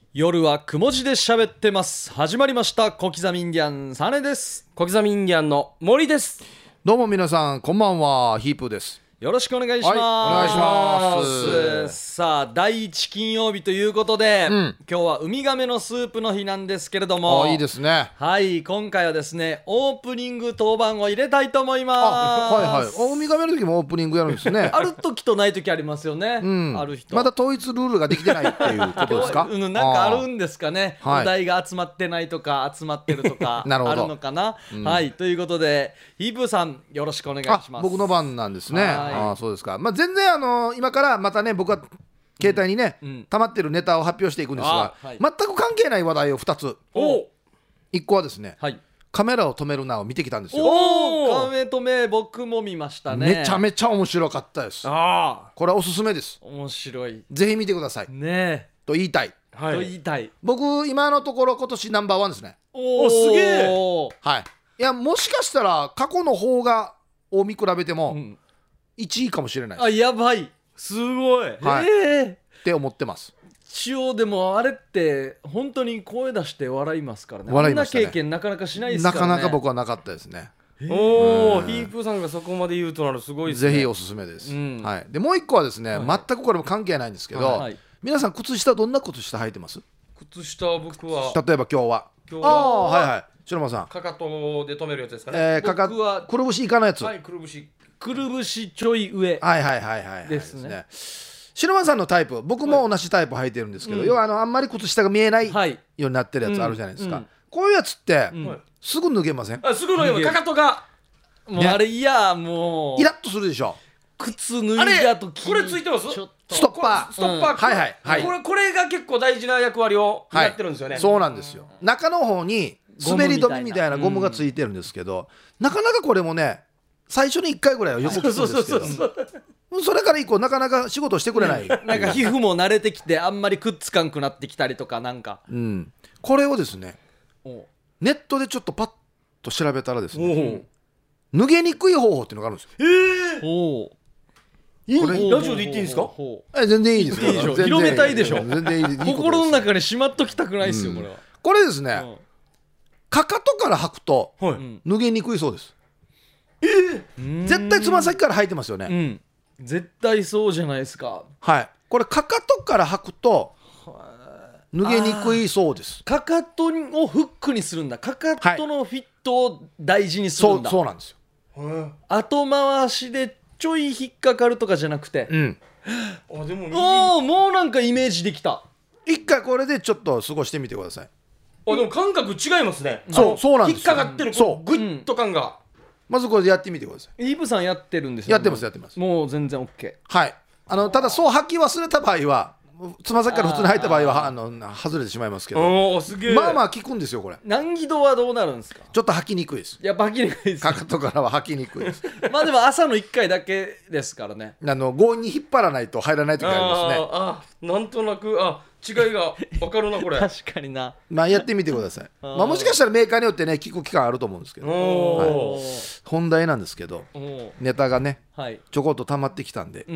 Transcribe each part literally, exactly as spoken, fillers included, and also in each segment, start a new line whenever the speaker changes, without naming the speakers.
夜はくも字で喋ってます。始まりました。小刻みインディアンサネです。
小刻みインディアンの森です。
どうも皆さんこんばんは、ヒープーです。
よろしくお願いします。
はい、お願いします。
さあ、第一金曜日ということで、
うん、
今日はウミガメのスープの日なんですけれども、
あ、いいですね。
はい、今回はですね、オープニング当番を入れたいと思います。
あ、はいはい。ウミガメの時もオープニングやるんですね。
ある時とない時ありますよね。
うん、
ある人
まだ統一ルールができてないっていうことですか？
うん、なんかあるんですかね。
はい、
お題が集まってないとか集まってるとか
なるほど
あるのかな、
うん、
はい、ということでヒープーさんよろしくお願いします。
あ、僕の番なんですね。
あ
あ、そうですか。まあ、全然あの今からまたね、僕は携帯にね、うん、溜まってるネタを発表していくんですが、はい、全く関係ない話題をふたつ。
お
いっこはですね、
はい、
カメラを止めるなを見てきたんですよ。
おカメ止め僕も見ましたね。
めちゃめちゃ面白かったです。
あ、
これはおすすめです。
面白い、
ぜひ見てください
ね
と言いたい、
はい、と言いたい。
僕今のところ今年ナンバーワンですね。
おお、すげえ。
はい、いや、もしかしたら過去の方がを見比べてもいちいかもしれないです。
あ、やばい、すごい、
はい、
えー、
って思ってます。
一応でもあれって本当に声出して笑いますからね。
笑いましたね。
あんな経験なかなかしないですからね。
なかなか僕はなかったですね。
おお、ヒープーさんがそこまで言うとなるすごいですね。
ぜひおすすめです、うん、はい、でもう一個はですね、はい、全くこれも関係ないんですけど、はい、皆さん靴下どんな靴下履いてます？
靴下僕は
例えば今日は
今日
はあ、はいはい、白間さん
かかとで止めるやつですかね。
えー、かか
僕は
くるぶし以下のやつ。
はい、くるぶし
くるぶしちょい上、
はいはいはいはい、はい、
ですね。
白間さんのタイプ、僕も同じタイプ履いてるんですけど、はい、要はあのあんまり靴下が見えないようになってるやつあるじゃないですか、うんうん、こういうやつって、うん、すぐ脱げません？
あ、すぐ脱げます。かかとが
もうあれ、いやもう
イラッとするでしょ。
靴脱いだとき
これついてます？
ストッパー、
ストッパー、うん、
はいはいはい、
これ、これが結構大事な役割をやってるんですよね、
はい、そうなんですよ。中の方に滑り止めみたいなゴムがついてるんですけど、うん、なかなかこれもね、最初にいっかいぐらいはよく聞くんですけど、それから以降なかなか仕事してくれない、うん、
なんか皮膚も慣れてきてあんまりくっつかんくなってきたりとかなんか、
うん、これをですねネットでちょっとパッと調べたらですね、脱げにくい方法っていうのがあるんですよ。
えー、
お
これラジオで言っていいんですか？
え、全然いいですよ。
広めたいでしょ。
全然いいです。
心の中にしまっときたくないですよ、うん、これは。
これですね、うん、かかとから履くと、はい、脱げにくいそうです。
えー、
絶対つま先から履いてますよね、
うん、絶対そうじゃないですか。
はい、これかかとから履くと脱げにくいそうです。
かかとをフックにするんだ。かかとのフィットを大事にするんだ、
はい、そう、そうなんです
よ。後回しでちょい引っかかるとかじゃなくて、
うん、
あ、でも
おー、もうなんかイメージできた。
一回これでちょっと過ごしてみてください。
あ、でも感覚違いますね。
そう、そうなんですよ。
引っかかってる、そう、グッと感が、
うん、まずこれでやってみてください。
イブさんやってるんですよ。
やってますやってます。
もう全然 OK。
はい、あのただそう履き忘れた場合は、つま先から普通に履いた場合はあの外れてしまいますけど、
お、すげえ。
まあまあ効くんですよこれ。
難易度はどうなるんですか？
ちょっと履きにくいです。
やっぱ履きにくいです。
かかとからは履きにくいです。
まあでも朝のいっかいだけですからね。
あの強引に引っ張らないと入らない時ありますね。
ああ、なんとなく、あ、違いが分かるなこれ。
確かにな。
まあやってみてください。まあもしかしたらメーカーによってね効く期間あると思うんですけど、はい、本題なんですけど、ネタがね、はい、ちょこっと溜まってきたんで、うん、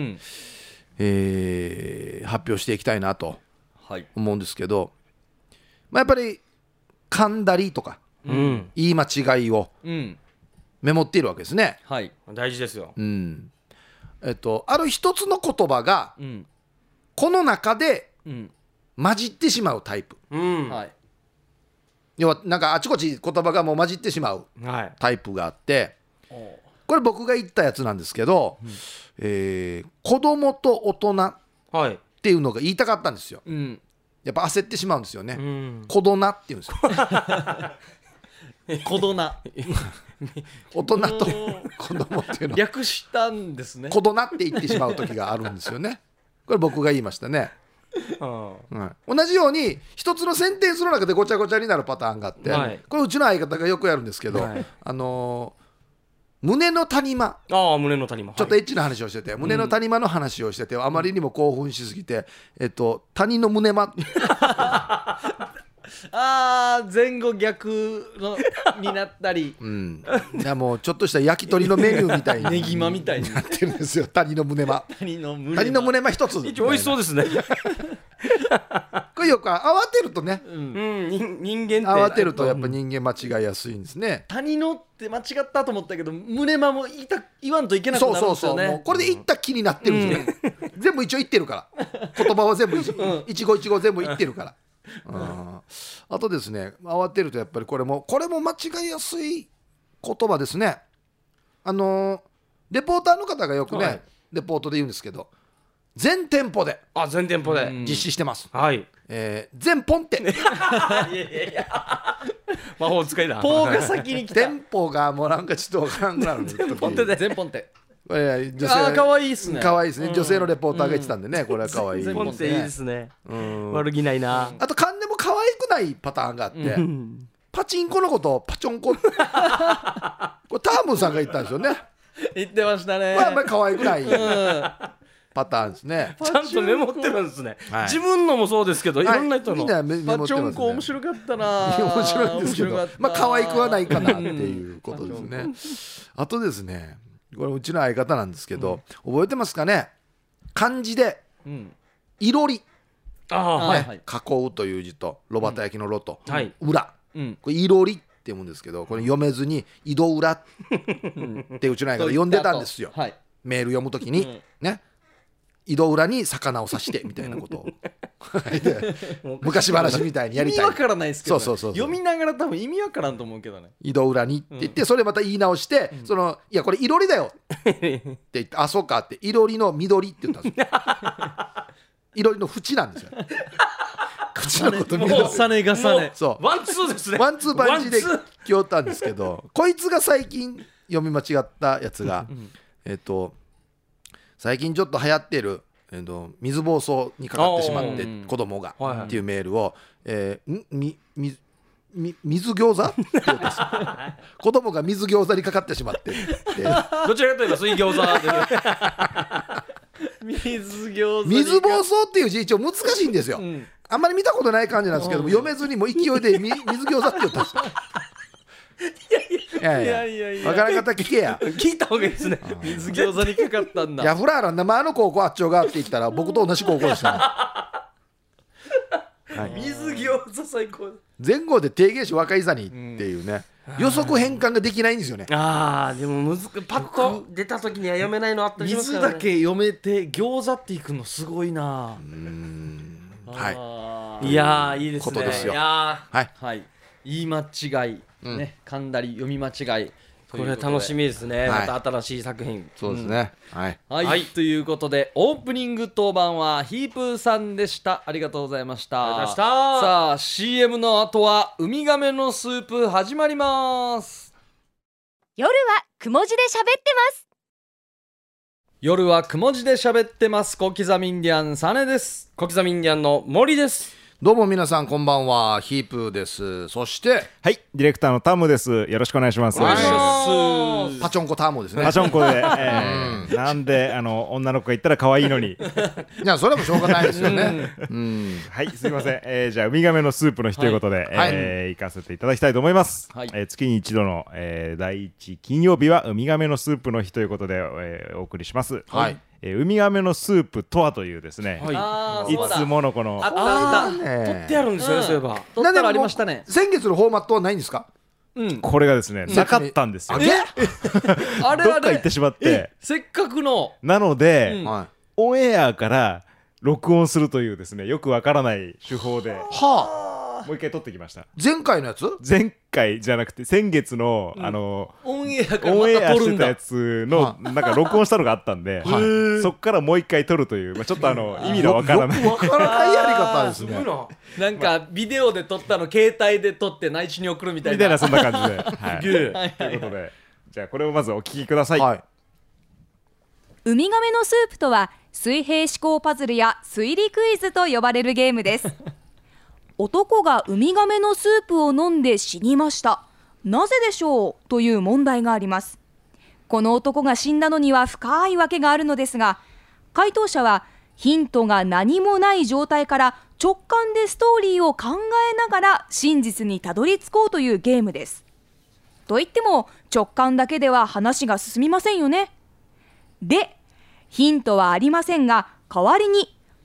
えー、発表していきたいなと思うんですけど、まあ、やっぱり噛んだりとか、うん、言い間違いをメモっているわけですね、
はい、
大事ですよ、
うん、えっと、ある一つの言葉が、うん、この中で混じってしまうタイプ、うん、はい、要はなんかあちこち言葉がもう混じってしまうタイプがあって、はい、これ僕が言ったやつなんですけど、うん、えー、子供と大人っていうのが言いたかったんですよ、うん、やっぱ焦ってしまうんですよね、うん、子供って言うんですよ
子供
大人と子供っていうの
略したんですね。
子供って言ってしまう時があるんですよね。これ僕が言いましたね、うんはい、同じように一つのセンテンスの中でごちゃごちゃになるパターンがあって、はい、これうちの相方がよくやるんですけど、はい、あのー胸の谷間、
あ、胸の谷間、
ちょっとエッチな話をしてて、はい、胸の谷間の話をしてて、あまりにも興奮しすぎて、えっと、谷の胸間
あー、前後逆のになったり、
うん、いやもうちょっとした焼き鳥のメニューみたいに
ネギマみたいに
なってるんですよ。谷の胸間、
谷の胸間、
谷の胸間一つ、
一応美味しそうですね
これよく慌てるとね、
うん、人人間って
慌てるとやっぱ人間間違いやすいんですね。
谷のって間違ったと思ったけど胸間も言いた言わんといけなくなるんですよね。
そうそうそう、もうこれで言った気になってるんですよ、うん、全部一応言ってるから言葉は全部一語一語全部言ってるから、うん、あとですね、慌てるとやっぱりこれもこれも間違いやすい言葉ですね。あのー、レポーターの方がよくね、はい、レポートで言うんですけど、全店舗で
あ全店舗で
実施してます、
はい、
えー、全ポンっていや
いやいや魔法使いだ
ポーが先に来た
店舗がもうなんかちょっと分からんくなる
全ポンってで
全ポンって
いや女性
あーかわいいっすね。
かわいいですね、女性のレポーターが言ってたんでね、うん、これはかわいい
全ポンっていいですね、うん、悪気ないな。
あと勘でも可愛くないパターンがあって、うん、パチンコのことをパチョンコこれタームさんが言ったんですよね。
言ってましたね。
まああんまり可愛くない、うんパターンですね。
ちゃんとメモってるんですね、はい、自分のもそうですけど、はい、いろんな人の、
はい、メモってますね。
パチョンコ面白かったな。
面白いんですけど、まあ可愛くはないかなっていうことですねあとですね、これうちの相方なんですけど、うん、覚えてますかね、漢字で、うん、いろり、
あ、
ね、はい、囲うという字と炉端焼きの炉と、
うん、
裏、うん、これいろりって読むんですけど、これ読めずに井戸裏ってうちの相方読んでたんですよ、はい、メール読むときに、うん、ね、井戸裏に魚を刺してみたいなことを昔話みたいにやりたい。
意味わからないですけど、ね、
そうそうそうそう、
読みながら多分意味わからんと思うけどね。
井戸裏にって言って、うん、それまた言い直して、うん、そのいやこれいろりだよって言って、あそうかって、いろりの緑って言ったんですよいろりの縁なんですよ縁のこと緑、
重ね重ね、
そう
ワンツーですね。
ワンツーパンチで来おったんですけど、こいつが最近読み間違ったやつが、うん、えっと最近ちょっと流行ってる、えー、と水疱瘡にかかってしまって子供がっていうメールを、えー、んみみみ水餃子って言うんですよ子供が水餃子にかかってしまって
どちらかといえば水餃子
水餃子
水疱瘡っていう字一応難しいんですよ、うん、あんまり見たことない感じなんですけども、読めずにもう勢いで水餃子って言ったんですよいやいやいやいや、分からんかったら聞けや
聞いた方がいいですね。
水餃子にかかったんだ。
いやフラーラン生の高校あっちょがって言ったら僕と同じ高校でしたね
はい、水餃子最高。
前後で定芸師若い座にっていうね、うん、予測変換ができないんですよね。
あーでもむずパッと出た時には読めないのあったりしますからね。
水だけ読めて餃子っていくのすごいな。
うーん、はい、
いやいいですね。
ことですよ。
いや
はい、
はい、言い間違い、うんね、噛んだり読み間違い、
これ楽しみですね、
はい、
また新しい作品。
そうですね、
うん、はい、はいはい、ということでオープニング当番はヒープーさんでした。ありがとうございました。
ありがとうございました。
さあ シーエム の後はウミガメのスープ始まります。
夜はくも字で喋ってます。
夜はくも字で喋ってます。小刻みインディアンサネです。
小刻みインディアンの森です。
どうも皆さんこんばんは、ヒープーです。そして
はい、ディレクターのタムです。よろしくお願いします。
お願いします。パチョンコタムですね。
パチョンコで、えー、なんであの女の子が言ったら可愛いのにい
やそれもしょうがないですよねうん、
はい、すいません、えー、じゃあウミガメのスープの日ということで、はい、えー、行かせていただきたいと思います、はい、えー、月に一度の、えー、だいいち金曜日はウミガメのスープの日ということで、えー、お送りします。はい、えー、ウミガメのスープとはというですね、はい、いつものこの
あったあった、
ね、取ってあるんですよね、うん、そういえば
取ったらありましたね。
先月のフォーマットはないんですか？
うん、これがですね、なかったんですよ。
え
あれどっか行ってしまって
せっかくの
なので、
うん、
オンエアから録音するというですね、よくわからない手法で、はあ、もう一回撮ってきました。
前回のやつ
前回じゃなくて先月の、うん、あの
オンエアからまた撮るんだ。
オンエアしてたやつの、はあ、なんか録音したのがあったんで、はい、そっからもう一回撮るという、まあ、ちょっとあの意味のわからない
わからないやり方ですね。
なんかビデオで撮ったの携帯で撮って内地に送るみたいな
みたいな、そんな感じで、はい、ということで、じゃあこれをまずお聞きください。はい、
ウミガメのスープとは水平思考パズルや推理クイズと呼ばれるゲームです男がウミガメのスープを飲んで死にました。なぜでしょうという問題があります。この男が死んだのには深いわけがあるのですが、回答者はヒントが何もない状態から直感でストーリーを考えながら真実にたどり着こうというゲームです。といっても直感だけでは話が進みませんよね。で、ヒントはありませんが、代わりに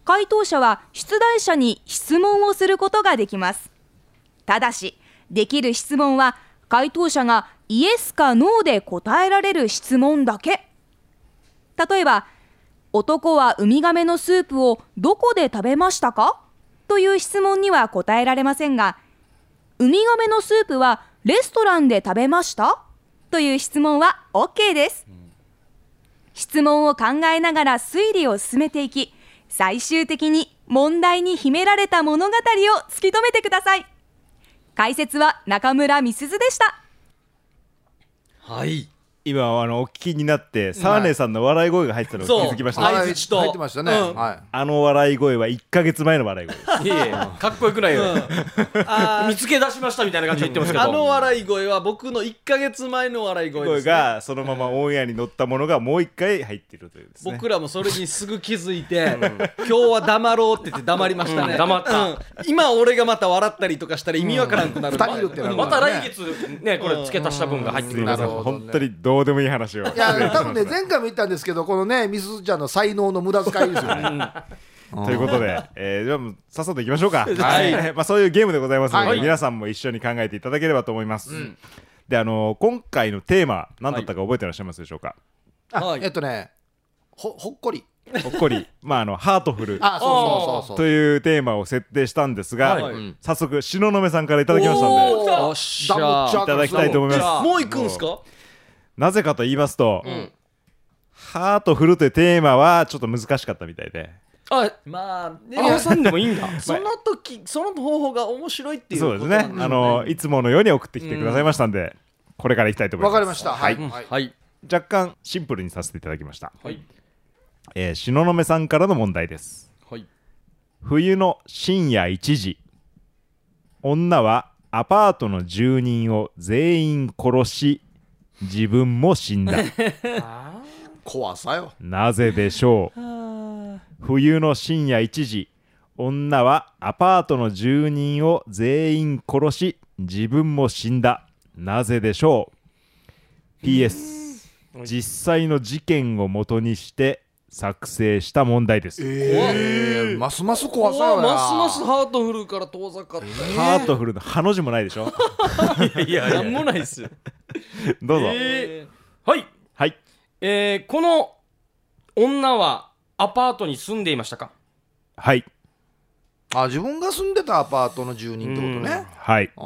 回答者は出題者に質問をすることができます。ただし、できる質問は回答者がイエスかノーで答えられる質問だけ。例えば、男はウミガメのスープをどこで食べましたかという質問には答えられませんが、ウミガメのスープはレストランで食べましたという質問は OK です。質問を考えながら推理を進めていき、最終的に問題に秘められた物語を突き止めてください。解説は中村美鈴でした。
はい、
今あのお聞きになって沢根さんの笑い声が入ってたのを気づきましたね。
相槌と
入ってましたね、うん、はい、
あの笑い声はいっかげつまえの笑い声です。
いやいやかっこよくないよ、うん、見つけ出しましたみたいな感じで言ってますけど、
あの笑い声は僕のいっかげつまえの笑い声です、ね、
声がそのままオンエアに乗ったものがもう一回入っているというですね。
僕らもそれにすぐ気づいて、うん、今日は黙ろうって言って黙りましたね、うん、
黙った、
うん、今俺がまた笑ったりとかしたら意味わからんくなる、
ふたりいるってなる
また来月ねこれ付け足した分が入ってくるから、
うん、本当にどうでもいい話を
いや多分ね前回も言ったんですけど、このねミスちゃんの才能の無駄遣いですよね
ということで、えー、ではさっさといきましょうか。
はい、
まあ、そういうゲームでございますので、
はい、
皆さんも一緒に考えていただければと思います、うん、であのー、今回のテーマ何だったか覚えてらっしゃいますでしょうか。
あ、
はい、
えっとね ほ, ほっこり
ほっこりまああのハートフル
あそうそうそうそう
というテーマを設定したんですが、はい、早速東雲さんからいただきましたので
おっしゃ
いただきたいと思います。
もう行くんすか。
なぜかと言いますと、
うん、
ハートフルというテーマはちょっと難しかったみたいで、
あまあ
合わさんでもいいんだ
その時その方法が面白いっていうことなんですね。
そうですね、あのいつものように送ってきてくださいましたんで、うん、これからいきたいと思います。
わかりました。
はい、
はい
はい、
若干シンプルにさせていただきました。
はい、
えー、東雲さんからの問題です。
はい、
冬の深夜いちじ、女はアパートの住人を全員殺し自分も死んだ
怖さよ。
なぜでしょう。冬の深夜いちじ、女はアパートの住人を全員殺し自分も死んだ。なぜでしょう。 ピーエス 実際の事件を元にして作成した問題です。
えー、ますます怖さよな。
ますますハートフルから遠ざかった、え
ー、ハートフルのハの字もないでしょ
いやいやなんもないっすよ
どうぞ、
えー、はい
はい、
えー、この女はアパートに住んでいましたか。
はい。
あ、自分が住んでたアパートの住人ってことね。
はい。あ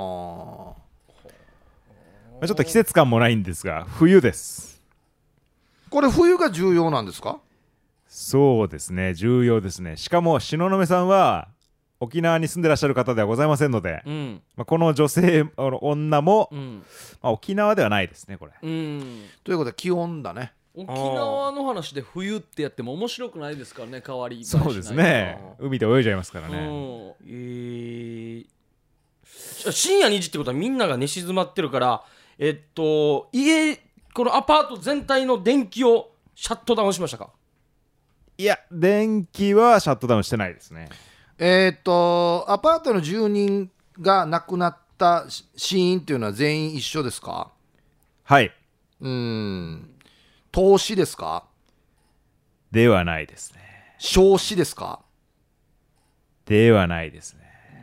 ちょっと季節感もないんですが冬です。
これ冬が重要なんですか。
そうですね、重要ですね。しかも東雲さんは沖縄に住んでらっしゃる方ではございませんので、うん、まあ、この女性の女も、うん、まあ、沖縄ではないですねこれ、
うん、
ということで気温だね。
沖縄の話で冬ってやっても面白くないですからね。変わり
そうですね、海で泳いじゃいますからね、うん、
えー、深夜にじってことはみんなが寝静まってるから、えっと家このアパート全体の電気をシャットダウンしましたか。
いや電気はシャットダウンしてないですね。
えー、っとアパートの住人が亡くなった死因っていうのは全員一緒ですか。
はい。
うーん凍死ですか。
ではないですね。
焼死ですか。
ではないですね。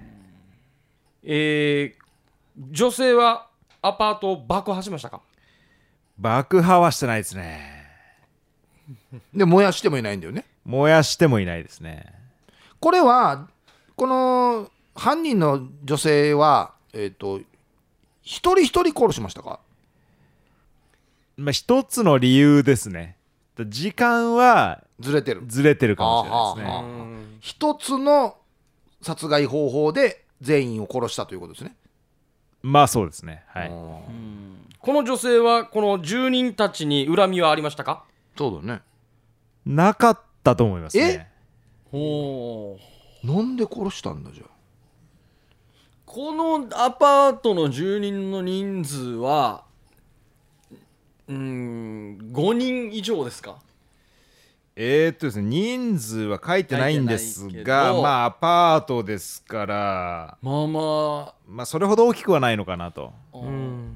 えー、女性はアパートを爆破しましたか。
爆破はしてないですね。
で燃やしてもいないんだよね。
燃やしてもいないですね。
これはこの犯人の女性はえっと一人一人殺しましたか。
まあ、一つの理由ですね。時間は
ずれてる
ずれてるかもしれないですね。はあはあ、
一つの殺害方法で全員を殺したということですね。
まあそうですね、はい、
この女性はこの住人たちに恨みはありましたか。
そうだね、
なかったと思いますね。
えほう、なんで殺したんだ。じゃあ
このアパートの住人の人数はうーんごにん以上ですか。
えーっとですね、人数は書いてないんですが、まあアパートですから
まあまあ
まあそれほど大きくはないのかなと。
うん、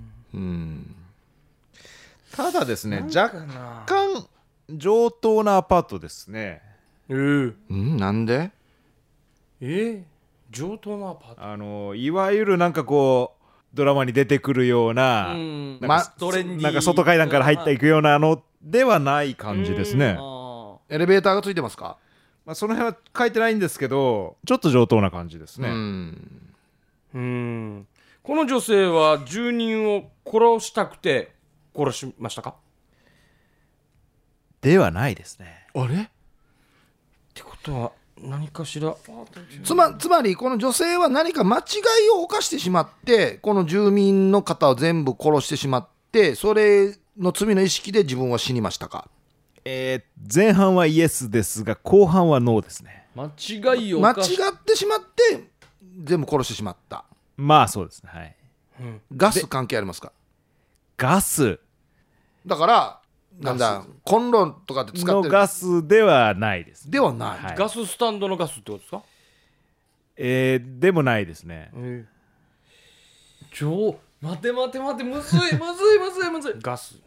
うん、
ただですね、若干上等なアパートですね。
えー、
うんなんで
えー、上等なアパート。
あのいわゆるなんかこうドラマに出てくるような、
うん、
なんか
ま
ストレンディー
なんか外階段から入っていくようなのではない感じですね。
あ
エレベーターがついてますか？
まあ、その辺は書いてないんですけどちょっと上等な感じですね。
うん
うーんこの女性は住人を殺したくて殺しましたか？
ではないですね。
あれ
ってことは何かしら
つまつまりこの女性は何か間違いを犯してしまってこの住民の方を全部殺してしまってそれの罪の意識で自分は死にましたか？
えー、前半はイエスですが後半はノーですね。
間違いを
間違
犯し
ってしまって全部殺してしまった。
まあそうですね。はい。
ガス関係ありますか？
ガス
だからなんだコンロとかで使ってる
のガスではないです、ね、
ではない、
はい
ガススタンドのガスってことですか？
えー、でもないですね。
え
ちょ待て待て待てむずいむずいむずいむずい
ー、ガス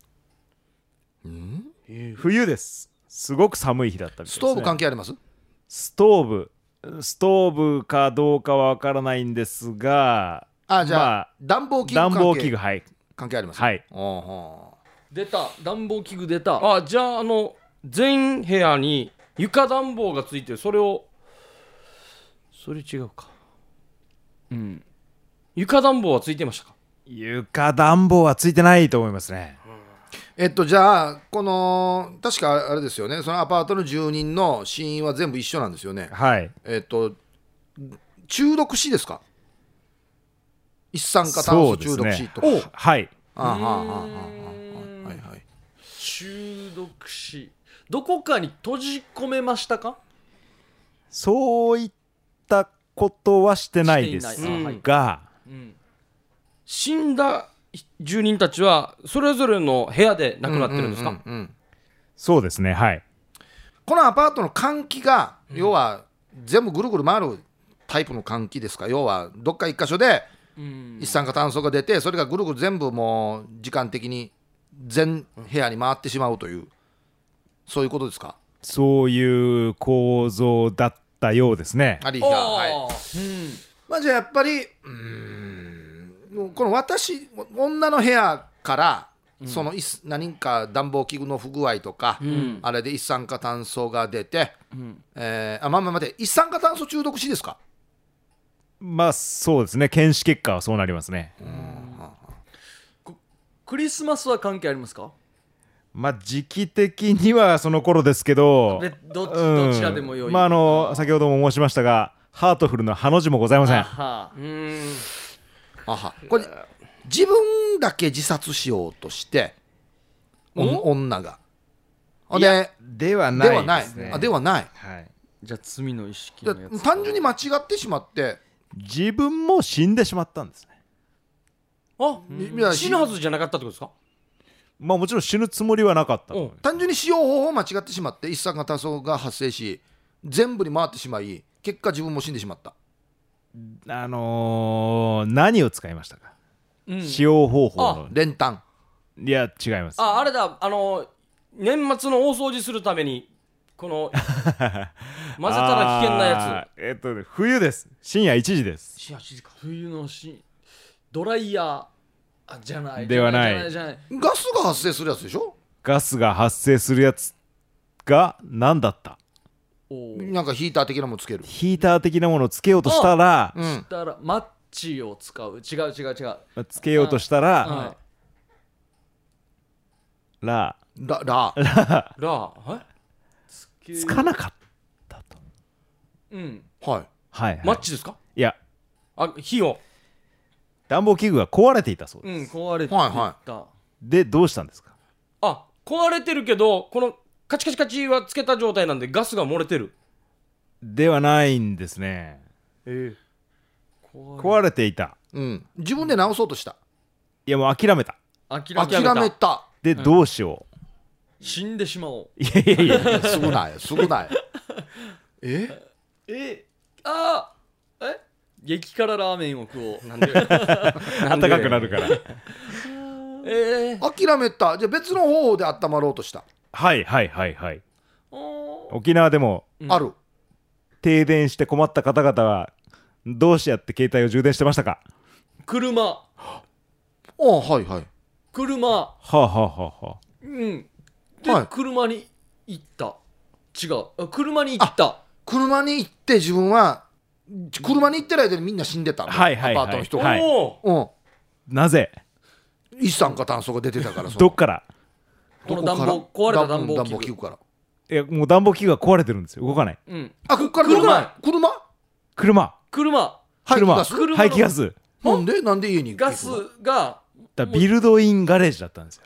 冬です。すごく寒い日だったみたいです、ね、
ストーブ関係あります？
ストーブストーブかどうかは分からないんですが
あじゃあ、
まあ、
暖房器具
暖
関係
房器具はい
関係あります
はい
おうほ
出た暖房器具出た
あじゃああの全部屋に床暖房がついてるそれをそれ違うか
うん
床暖房はついてましたか？
床暖房はついてないと思いますね。
えっとじゃあこの確かあれですよねそのアパートの住人の死因は全部一緒なんですよね。
はい
えっと中毒死ですか？一酸化炭素中毒死とか、
ね、はい
あはあはあはあはいはい
中毒死どこかに閉じ込めましたか？
そういったことはしてないです
していないあはい
が、
うん
死んだ住人たちはそれぞれの部屋で亡くなってるんですか？
うんうんうんうん
そうですね。はい
このアパートの換気が、うん、要は全部ぐるぐる回るタイプの換気ですか？要はどっか一箇所で一酸化炭素が出てそれがぐるぐる全部もう時間的に全部屋に回ってしまうというそういうことですか？
そういう構造だったようですね。
ありはい
うん
まあ、じゃあやっぱりうーんこの私女の部屋からその、うん、何か暖房器具の不具合とか、うん、あれで一酸化炭素が出て、うんえー、あまあまあ待って一酸化炭素中毒死ですか？
まあそうですね。検視結果はそうなりますね。
うんクリスマスは関係ありますか？
まあ時期的にはその頃ですけど
どっち、
うん、
どちらでもよい。
まああの先ほども申しましたがハートフルのハの字もございません。
は
うーん
あはこれ自分だけ自殺しようとしてお女が
いやではないですね。
ではないあではない、
はい、
じゃあ罪の意識のやつ
単純に間違ってしまって
自分も死んでしまったんですね。
あ
いや
死ぬはずじゃなかったってことですか？
まあもちろん死ぬつもりはなかったと思います。
単純に使用方法を間違ってしまって一酸化炭素が発生し全部に回ってしまい結果自分も死んでしまった。
あのー、何を使いましたか？
うん、
使用方法の
練炭。
いや違います。
ああれだあの年末の大掃除するためにこの混ぜたら危険なや
つえっと、ね、冬です。深夜いちじです。
つ時か
冬のしドライヤーあじゃない
ではない
じゃない
ガスが発生するやつでしょ？
ガスが発生するやつが何だった？
なんかヒーター的なものつける。
ヒーター的なものをつけようとしたら、
うん、したらマッチを使う。違う違う違う。
つけようとしたら、
はい、
ラ
ララ
ララ
つ, つかなかったと。
うん
はい
はい、はい、
マッチですか？
いや
あ火を
暖房器具が壊れていたそうです。
うん壊れていた、はいはい、
でどうしたんですか？
あ壊れてるけどこのカチカチカチはつけた状態なんでガスが漏れてる
ではないんですね。
え
ー、壊, 壊れていた、
うん、自分で直そうとした。
いやもう諦めた
諦
め た, 諦めた
で、うん、どうしよう。
死んでしまおう。
いやいやいや
すぐないすぐない
ええああえ激辛ラーメンを食おう。なんで
暖かくなるから
えー、
諦めた。じゃあ別の方法で温まろうとした。
はいはいはいはい。
お
沖縄でも
ある。
停電して困った方々はどうしてやって携帯を充電してましたか？
車。
あはいはい。
車。
はあはあはあはあ。
うんで、
はい
車に行った。違うあ車に行った。
車に行って自分は車に行ってる間にみんな死んでたの、
はいはいはい
アパートの人が、
はい
お
うん、
なぜ
一酸化炭素が出てたから。その
どっから
この暖房壊れた暖房
暖
器具
房器具から。
いやもう暖房器具が壊れてるんですよ。動かない。
うん
あこっから
車
車車
車
車
車
排気ガス
車の
排気ガス
なんでなんで家に
ガスが
だビルドインガレージだったんですよ。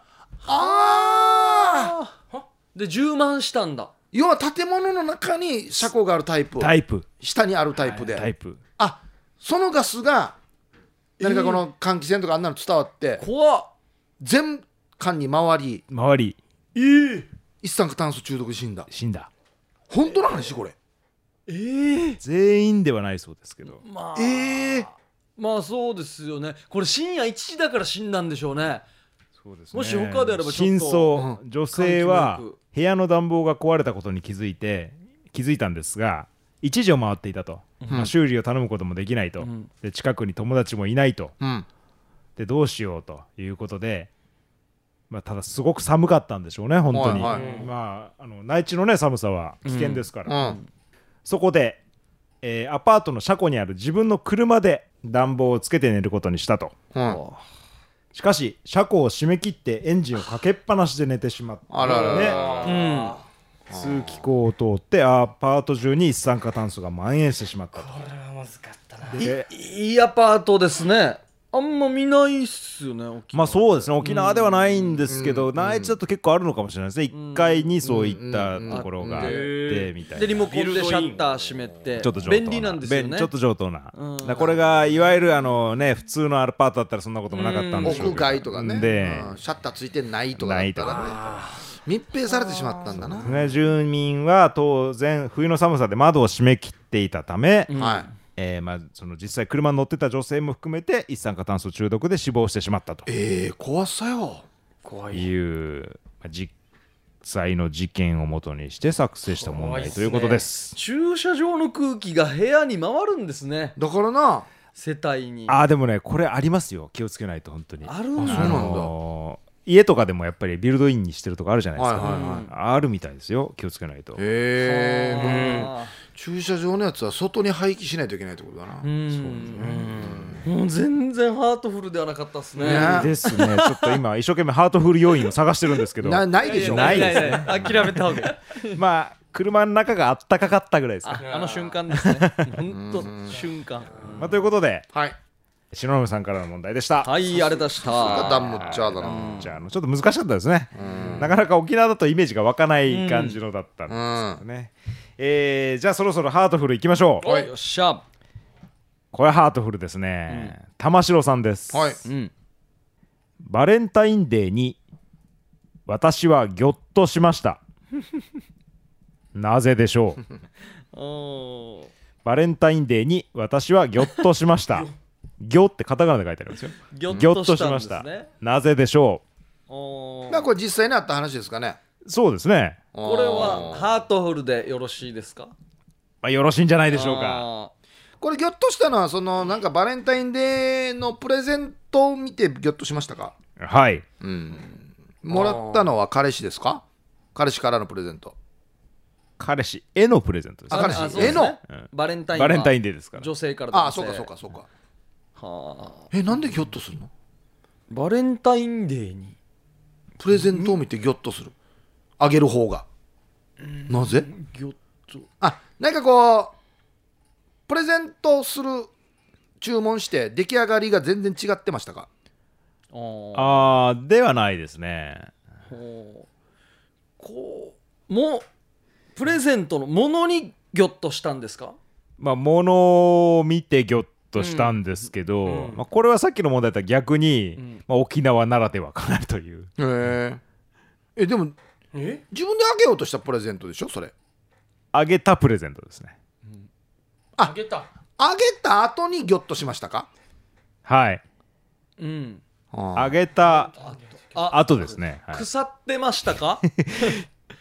ああ
で充満したんだ。
要は建物の中に車庫があるタイプ、
タイプ
下にあるタイプで、
タイプ
あそのガスが何かこの換気扇とかあんなの伝わって
怖っ。
全館に回り
周り
一酸化炭素中毒で死んだ。
死んだ。
本当の話これ。
えー、
全員ではないそうですけど。
まあ
ええ
まあそうですよね。これ深夜いちじだから死んだんでしょうね。
そうです
もし他であればちょっと
真相、女性は
換気もよく
部屋の暖房が壊れたことに気づいて気づいたんですがいちじを回っていたと、まあ、修理を頼むこともできないと、
ん
で近くに友達もいないと、
うん
でどうしようということで、まあ、ただすごく寒かったんでしょうね本当に、
はいはい
まあ、あの内地のね寒さは危険ですから、
うん
そこで、えーアパートの車庫にある自分の車で暖房をつけて寝ることにしたと。
うん
しかし車庫を閉め切ってエンジンをかけっぱなしで寝てしまった
あららら
ね、通気口を通ってアパート中に一酸化炭素が蔓延してしまったと。
これはまずかったな。
で
いいアパートですね。あんま見ないっすよね。沖縄
まあそうですね沖縄ではないんですけど、内地だと結構あるのかもしれないですね。いっかいにそういったところがあってみたいな。
でリモコンでシャッター閉めて
ちょっと上等な
便利なんですよね。
便ちょっと上等な、
うん
だからこれがいわゆるあのね普通のアパートだったらそんなこともなかったんでしょうけど、
屋外とかね、
で、
うんシャッターついてないとかだったらね密閉されてしまったんだな、
ね、住民は当然冬の寒さで窓を閉め切っていたため、
はい
えーまあ、その実際車に乗ってた女性も含めて一酸化炭素中毒で死亡してしまったと
えー、怖さよ。
怖い。
いう、まあ実際の事件をもとにして作成した問題ということです。
駐車場の空気が部屋に回るんですね。
だからな
世帯に
あーでもねこれありますよ。気をつけないと本当に。
あるんだ。
あそうなんだ
のー家とかでもやっぱりビルドインにしてるとこあるじゃないですか、
はいはいはい
あるみたいですよ。気をつけないと。
へえ
あ
駐車場のやつは外に廃棄しないといけないってことだな、
ーうんもう全然ハートフルではなかったですね。
ね
ですね。ちょっと今一生懸命ハートフル要因を探してるんですけど
なないでしょ
ないですね
やや諦めた方がいい。
まあ車の中があったかかったぐらいです
あ
か、
あの瞬間ですね。本当瞬間。
まあ、ということで
はい
篠宮さんからの問題でした。
はいあれだした。
ダンムッチャーだな、
じゃああのちょっと難しかったですね。なかなか沖縄だとイメージが湧かない感じのだったんですけどね、えーじゃあそろそろハートフルいきましょう。
よっしゃ。
これハートフルですね、玉城さんです、
はい
うん。
バレンタインデーに私はギョッとしましたなぜでしょう。
おー
バレンタインデーに私はギョッとしましたギョってカタカナで書いてあるんですよ。
ギョ
ギョッ
ッとしんで
としたました、
すね。
なぜでしょ
おー
まあこれ実際にあった話ですかね。
う。そうですね、
これはハートフルでよろしいですか。
まあ、よろしいんじゃないでしょうか。
あ
これギョッとしたのはそのなんかバレンタインデーのプレゼントを見てギョッとしましたか。
はい
もらったのは彼氏ですか。彼氏からのプレゼント。
彼氏へのプレゼントです
あ
ね。
彼氏
あそうですね
絵の
バレンタイン
バレンタイン
デ
デーですから。
女性から
ああ
男性
そうかそうかそうか。
はあ
えなんでギョッとするの。
バレンタインデーに
プレゼントを見てギョッとする。あげる方が。なぜ。
ギョッと
あなんかこうプレゼントする注文して出来上がりが全然違ってましたか。
あー
あーではないですね。
ほうこうもうプレゼントのものにギョッとしたんですか。
まあ物を見てギョッとしたんですけど、まあ、これはさっきの問題だったら逆に、まあ、沖縄ならではかなという。
へええでも
え
自分であげようとしたプレゼントでしょそれ。
あげたプレゼントですね。
あ
あげた。
あげた後にギョッとしましたか。
はい。
うん
あ
あげた
あ
後ですね。はい、
腐ってましたか。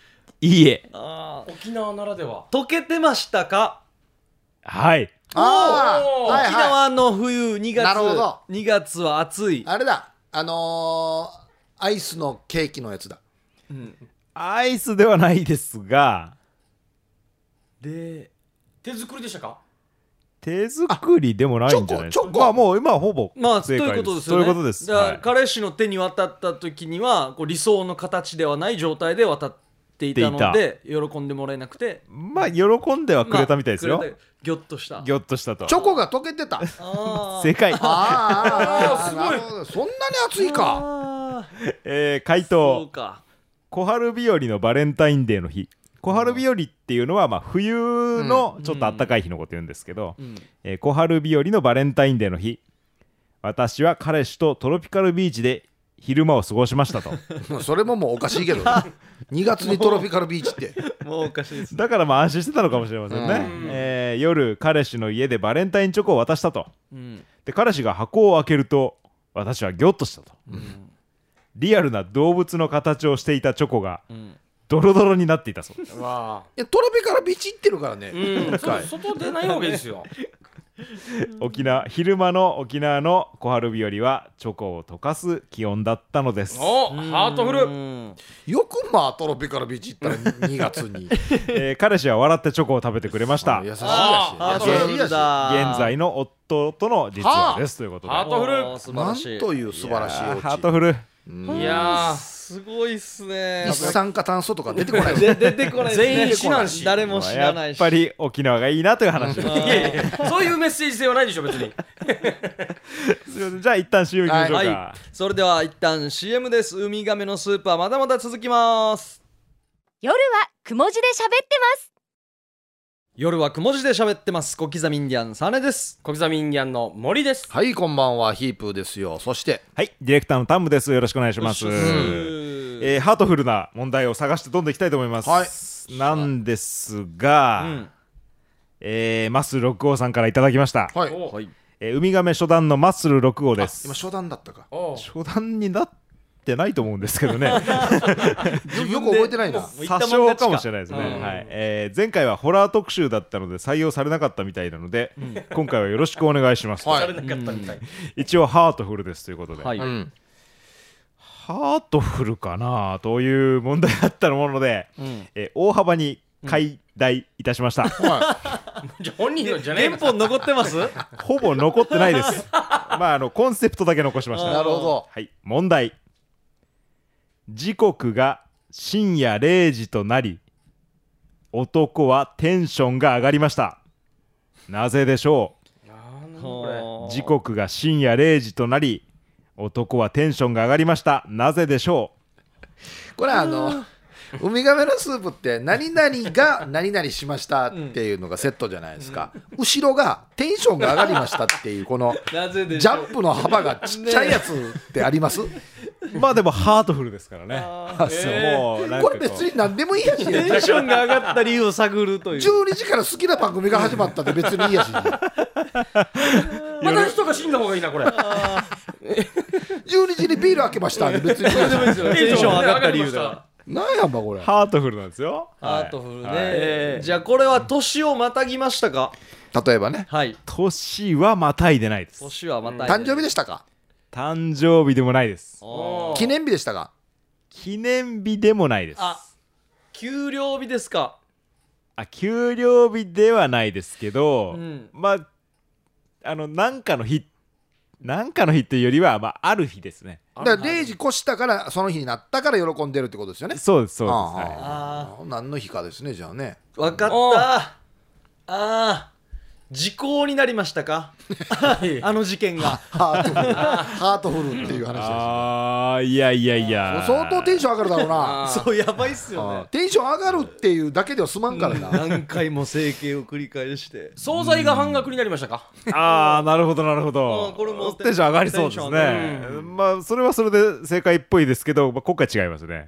いいえ。
あ
沖縄ならでは。
溶けてましたか？
はい。
ああ、はい
沖
はい、
縄の冬にがつ、
なるほど
にがつは暑い。
あれだ、あのー、アイスのケーキのやつだ。
うん、
アイスではないですが、
で
手作りでしたか？
手作りでもないんじゃないですか。
チョコチョコ
まあもう今はほぼ
まあ、とい
正解です。
うことですよね。
そういうことです。
だから、
はい、
彼氏の手に渡った時にはこう理想の形ではない状態で渡っていたので喜んでもらえなくて、
まあ喜んではくれたみたいですよ。
まあくれたギョッとした
ギョッとしたと。
チョコが溶けてた。
あー
正解。
あーあー、
すごい
なるほど、そんなに暑いか。
あー
えー、回
そう
答。
か。
小春日和のバレンタインデーの日。小春日和っていうのはまあ冬のちょっと暖かい日のこと言うんですけど、
うん
えー小春日和のバレンタインデーの日、私は彼氏とトロピカルビーチで昼間を過ごしましたと。
もうそれももうおかしいけど、にがつにトロピカルビーチって
もうおかしいです。
だからまあ安心してたのかもしれませんね、
うん
えー夜彼氏の家でバレンタインチョコを渡したと。
うん
で彼氏が箱を開けると私はギョッとしたと。
うん
リアルな動物の形をしていたチョコが
うん
ドロドロになっていたそうです。
わ
いやトロピカルビーチ行ってるからね。
あ。うん。
はい
そ外出ないわけですよ。
沖縄昼間の沖縄の小春日和はチョコを溶かす気温だったのです
お、ハートフ
う
ル。
ん
よくまあトロピカルビーチ行ったらにがつに。
えー彼氏は笑ってチョコを食べてくれました。
優しいやし。
あ
ー
優しいやし。
だ
現在の夫との実話ですということで。
ハートフル
おー素晴
なん
らしい。
という素晴らしい
いやー
お
ハートフル。
うん
いや
すごいっすね。
一酸化炭素とか出てこない
で出てこないですね。
全員知らんし
誰も知らないし。
やっぱり沖縄がいいなという話です。
あ
ー。いやいやそういうメッセージ性はないでしょ別に。
すいませんじゃあ一旦 シーエム 行きましょうか。
はい、それでは一旦 シーエム です。ウミガメのスープはまだまだ続きます。
夜はくも字で喋ってます。
夜はくも字で喋ってます。小刻みインディアンサネです。
小刻みインディアンの森です。
はい、こんばんは、ヒープーですよ。そして
はい、ディレクターのタンムです。よろしくお願いします。
う
えーハートフルな問題を探してどんどんいきたいと思います。
はい
なんですが、
ん
えーマッスルろく号さんからいただきました。
はい。
お
はい。
えーウミガメ初段のマッスルろく号です
今。初段だったか。
お
初段になってないと思うんですけどね。
よよく覚えてないな。
もう
詐称かもしれないですね、
うん
はいえー前回はホラー特集だったので採用されなかったみたいなので、今回はよろしくお願いします、
はい
されなかったみたい。
一応ハートフルですということで、
はい。
うん。
ハートフルかなという問題だったもので、
うん
えー大幅に解題いたしました、
は
じゃあ本人のじゃねえ
原本残ってます？
ほぼ残ってないですまああのコンセプトだけ残しまし
い。
た。
なるほど。
はい、問題。時刻が深夜れいじとなり男はテンションが上がりました。なぜでしょ
なんだこ
う。時刻が深夜れいじとなり男はテンションが上がりました。なぜでしょ
これあのウミガメのスープって何々が何々しましたっていうのがセットじゃないですか。後ろがテンションが上がりましたっていうこの
なぜでし
ジ
ょう。
ャンプの幅がちっちゃいやつってあります？
う。まあでもハートフルですからね。
あ
あそう
もうなんか
これ別に何でもいいやし、
テンションが上がった理由を探るという。
じゅうにじから好きな番組が始まったって別にいいやし、
れ。また人が死んだ方がいいなこれ。
じゅうにじにビール開けましたって別にいいやし。
テンション上がった理由だ。
なんやんばこれ。
ハートフルなんですよ。
ハートフルね、
はい
じゃあこれは年をまたぎましたか？
例えばね、
はい。
年はまたいでないです。
年はまたいで
誕生日でしたか？
誕生日でもないです。
おー
記念日でしたか？
記念日でもないです。
あ、給料日ですか？
あ給料日ではないですけど、
うん
まああのなんかの日なんかの日というよりは、まあ、ある日ですね。
だかられいじ越したからその日になったから喜んでるってことですよね。
そうですそうです、
ああ
は
あ
ああ何の日かですねじゃあね。
わかった。
おー
ああ、時効になりましたか？あの事件が。
ハートフルハートフルっていう
い、
話です。
ああいやいやいや
相当テンション上がるだろうな。
そうやばいっすよね。
テンション上がるっていうだけでは済まんからな。
何回も整形を繰り返して。
惣菜が半額になりましたか？
ああなるほどなるほ
あ
ど
ーこれも
テンション上がりそうです
テンション上
ね
が、
まあそれはそれで正解っぽいですけど、まあ、今回違いますね。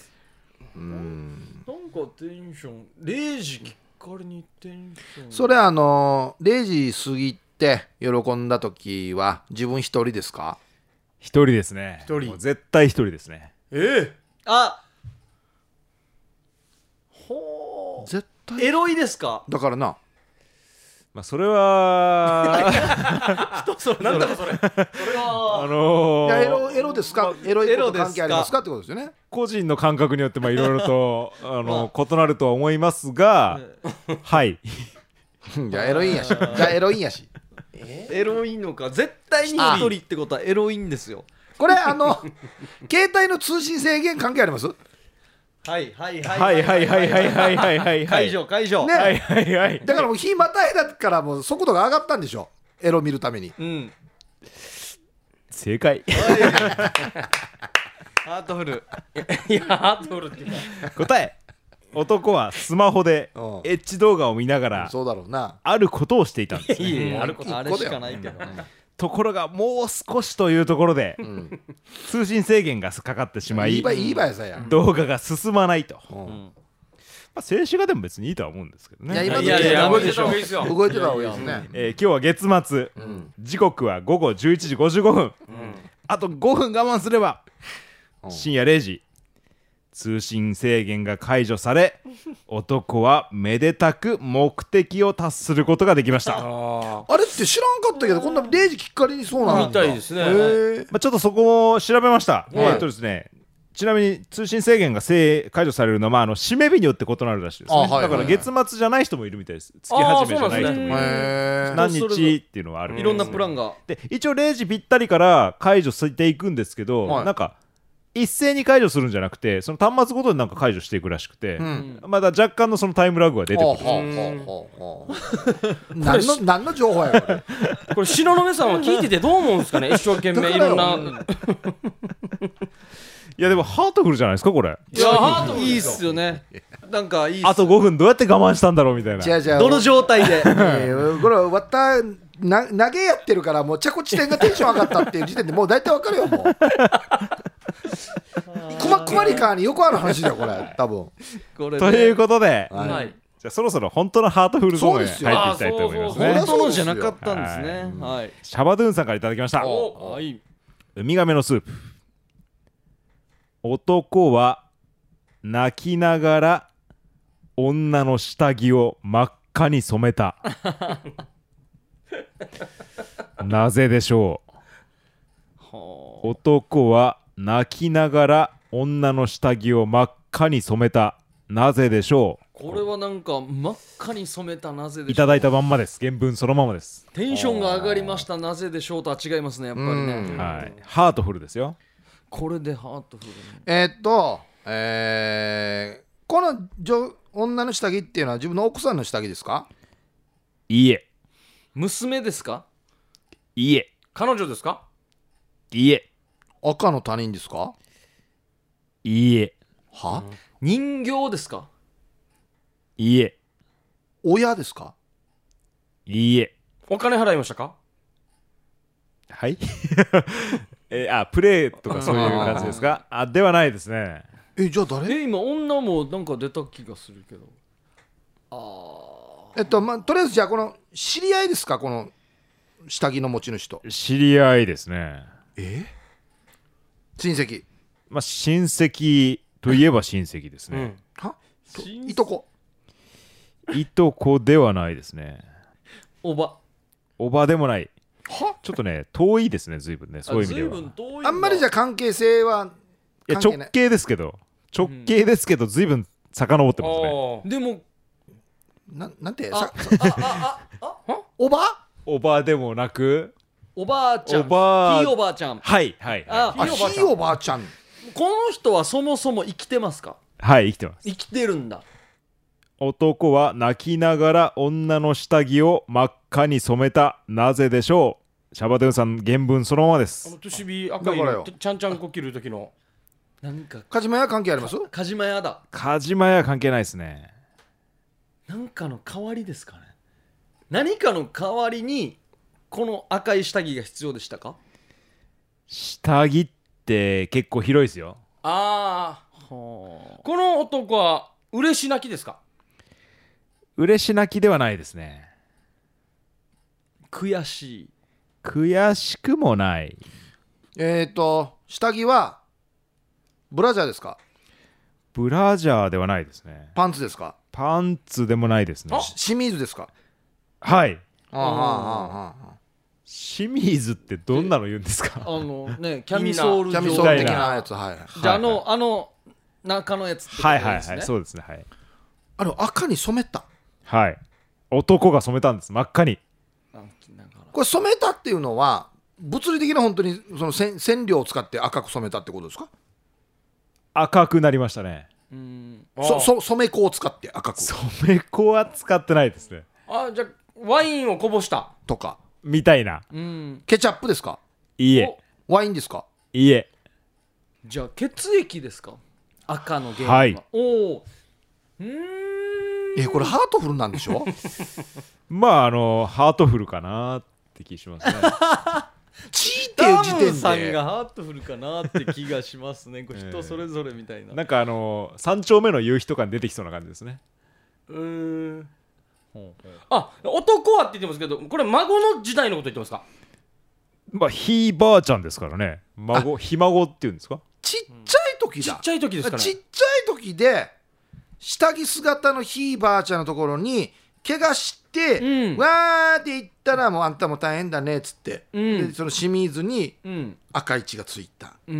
うん
なんかテンションれいじきっかりにテンション。
それあのれいじ過ぎて喜んだ時は自分一人ですか？
一人ですね。
一人
もう絶対一人ですね。
ええあ
絶対
エロいですか？
だからな、
まあそれは
なんだろそれそれは
あのー
いやエロエロですか、エロいこと
エロですか
関係ありますかってことですよね。
個人の感覚によってまあいろいろとあの異なるとは思いますが、はい
じゃあエロいんやし、じゃあエロいんやし。
エロいのか。絶対に一人ってことはエロいんですよ。
これあの携帯の通信制限関係あります？
はいはい
はいはいはいはいはいはいはい
解除解除。
ね、
はいはいはい
だからもう日またいだからもう速度が上がったんでしょ、エロ見るために。
うん。
正解
ハートフル。
いやハートフルっていうか
答え、男はスマホで
うん
エッチ動画を見ながら
そうだろうな。
あることをしていたんですね。
いやいやあること
あれしかないけど。
ところがもう少しというところで、
ん
通信制限がかかってしまい
いいばいいいばやさや。
動画が進まないと、
うん
ん
まあ、静止画でも別にいいとは思うんですけどね。
いや今
いやいや動いてた方がいいですよ
動いてた方がいいですね。
えー今日は月末、時刻は午後じゅういちじごじゅうごふん、あとごふん我慢すれば、
うん
深夜れいじ通信制限が解除され男はめでたく目的を達することができました。
あ
あれって知らんかったけど、こんなれいじきっかりにそうなんだ。
みたいですね
へー
まあ、ちょっとそこを調べました、
はい
えーっとですねちなみに通信制限がせ解除されるのは、まあ、あの締め日によって異なるらしいですね。
あはい
だから月末じゃない人もいるみたいです。月始めじゃない人もいる、
へー
何日っていうのはある
いろんなプランが。
で一応れいじぴったりから解除していくんですけど、
はい
なんか一斉に解除するんじゃなくてその端末ごとになんか解除していくらしくて、
ん
まだ若干のそのタイムラグが出てくる。
ほうほうほうほうほう何の何の情報やこれ。
これ東雲さんは聞いててどう思うんですかね。一生懸命いろんな。
いやでもハートフルじゃないですかこれ。
いやハートフル
いいっすよね。なんかいいっす。
あとごふんどうやって我慢したんだろうみたいな。
違う違う。
どの状態で。
えーこれわったな投げやってるからもう着地点がテンション上がったっていう時点でもう大体わかるよもう。くまくまりかによくある話だよこれ多分。
これ
ということで、
はい
はい。
じゃあそろそろ本当のハートフルゾーンへ
そうですよ
入っていきたいと思いますね
あーそう。
本当のじゃなかったんですね。はい。
シャバドゥンさんからいただきました。
お
はい。
ウミガメのスープ。男は泣きながら女の下着を真っ赤に染めた。なぜでしょう。男は泣きながら女の下着を真っ赤に染めた。なぜでしょ
これはなんか真っ赤に染めたなぜ
う。
でしょう。
いただいたまんまです。原文そのままです。
テンションが上がりましたなぜでしょうとは違いますねやっぱりね。
はい。ハートフルですよ。
これでハートフルね。
えーっとえーこの女女の下着っていうのは自分の奥さんの下着ですか？
いいえ。
娘ですか？
いいえ。
彼女ですか？
いいえ。
赤の他人ですか？
いいえ。
は、
人形ですか？
いいえ。
親ですか？
いいえ。
お金払いましたか？
はいえーあプレイとかそういう感じですか？あではないですね。
えじゃあ誰？
え今女もなんか出た気がするけど。あ
えっとまあとりあえずじゃあこの知り合いですか、この下着の持ち主と。
知り合いですね。
え親戚？
まあ親戚といえば親戚ですね。
はと
親戚
いとこ？
いとこではないですね。
おば。
おばでもない。
は
ちょっとね遠いですね随分ね、そういう意味では。
随分遠いんだ
あんまりじゃあ関係性はい
や
関係ない。
直系ですけど直系ですけど随分遡ってますね。
あ
でも
ななんて
あ
さ
あああ
おば？
おばでもなく
おばあちゃん。
おばあ
ひいおばあちゃん。
はいはい
あ
あ
ひいおばあちゃん
ひいおばあちゃん。
この人はそもそも生きてますか？
はい生きてます。
生きてるんだ。
男は泣きながら女の下着を真っ赤に染めた。なぜでしょう。シャバドゥンさん原文そのままで
あ
す
の。トシビ赤い
だからよ
のちゃんちゃんこ切る時の
なんか
カジマヤ関係あります？
カジマヤだ。
カジマヤ関係ないですね。
なんかの代わりですかね。何かの代わりにこの赤い下着が必要でしたか？
下着って結構広いですよ。
ああ
は
この男は嬉し泣きですか？
嬉し泣きではないですね。
あ、悔しい。
悔しくもない。
えっと下着はブラジャーですか？
ブラジャーではないですね。
パンツですか？
パンツでもないですね。
清水ですか？
はい。
ああああああ。
清水ってどんなの言うんですか？
あのねキャミソール
キャミソール的なやつ、はい。
じゃああのあの中のやつってことですね。
はいはいはい、そうですね。はい。
あれ赤に染めた。
はい。男が染めたんです、真っ赤に。
これ染めたっていうのは物理的な本当にその染染料を使って赤く染めたってことですか？
赤くなりましたね。
うん。
そそ染め粉を使って赤く。
染め粉は使ってないですね。
あ、じゃあワインをこぼした
とか
みたいな。
うん。
ケチャップですか？
いいえ。
ワインですか？
いいえ。
じゃあ血液ですか？赤の原因は。
はい。
おお。うーん。
えこれハートフルなんでしょ？
まああのハートフルかなって気しますね。
チーっていう時点で
ダムさんがハートフルかなって気がしますね。これ人それぞれみたいな。
なんかあの三丁目の夕日とかに出てきそうな感じですね。
うーん。あ、男はって言ってますけど、これ孫の時代のこと言ってますか？
まあひいばあちゃんですからね。孫、ひ孫っていうんですか？
ちっちゃい時だ。
ちっちゃい時ですかね。
ちっちゃい時で下着姿のひいばあちゃんのところに怪我して、うん、わーって言ったらもうあんたも大変だねっつって、うん、でその清水に赤い血がついた、うん、